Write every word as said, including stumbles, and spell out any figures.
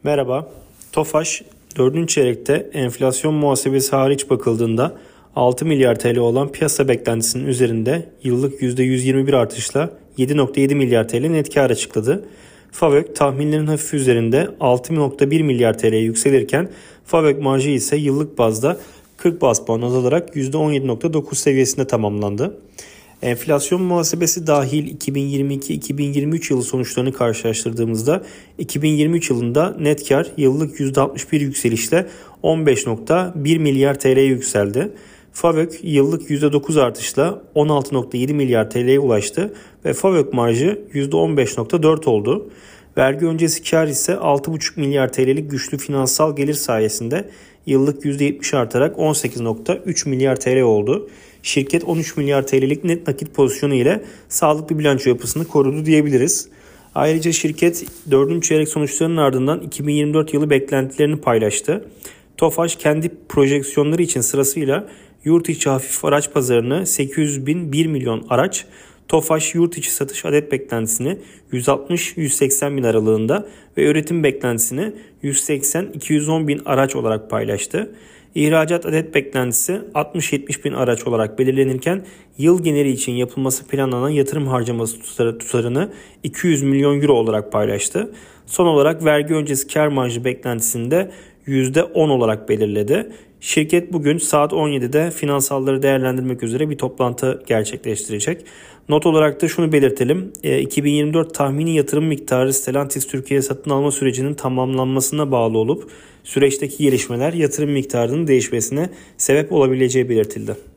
Merhaba. Tofaş dördüncü çeyrekte enflasyon muhasebesi hariç bakıldığında altı milyar T L olan piyasa beklentisinin üzerinde yıllık yüzde yüz yirmi bir artışla yedi virgül yedi milyar T L net kar açıkladı. FAVÖK tahminlerin hafif üzerinde altı virgül bir milyar T L'ye yükselirken FAVÖK marjı ise yıllık bazda kırk baz puan azalarak yüzde on yedi virgül dokuz seviyesinde tamamlandı. Enflasyon muhasebesi dahil iki bin yirmi iki iki bin yirmi üç yılı sonuçlarını karşılaştırdığımızda iki bin yirmi üç yılında net kar yıllık yüzde altmış bir yükselişle on beş virgül bir milyar T L'ye yükseldi. FAVÖK yıllık yüzde dokuz artışla on altı virgül yedi milyar T L'ye ulaştı ve FAVÖK marjı yüzde on beş virgül dört oldu. Vergi öncesi kar ise altı virgül beş milyar T L'lik güçlü finansal gelir sayesinde yıllık yüzde yetmiş artarak on sekiz virgül üç milyar T L oldu. Şirket on üç milyar T L'lik net nakit pozisyonu ile sağlıklı bilanço yapısını korudu diyebiliriz. Ayrıca şirket dördüncü çeyrek sonuçlarının ardından iki bin yirmi dört yılı beklentilerini paylaştı. Tofaş kendi projeksiyonları için sırasıyla yurt içi hafif araç pazarını sekiz yüz bin bir milyon araç, Tofaş yurt içi satış adet beklentisini yüz altmış yüz seksen bin aralığında ve üretim beklentisini yüz seksen iki yüz on bin araç olarak paylaştı. İhracat adet beklentisi altmış yetmiş bin araç olarak belirlenirken yıl geneli için yapılması planlanan yatırım harcaması tutarı, tutarını iki yüz milyon euro olarak paylaştı. Son olarak vergi öncesi kar marjı beklentisini de yüzde on olarak belirledi. Şirket bugün saat on yedide finansalları değerlendirmek üzere bir toplantı gerçekleştirecek. Not olarak da şunu belirtelim. iki bin yirmi dört tahmini yatırım miktarı Stellantis Türkiye satın alma sürecinin tamamlanmasına bağlı olup süreçteki gelişmeler yatırım miktarının değişmesine sebep olabileceği belirtildi.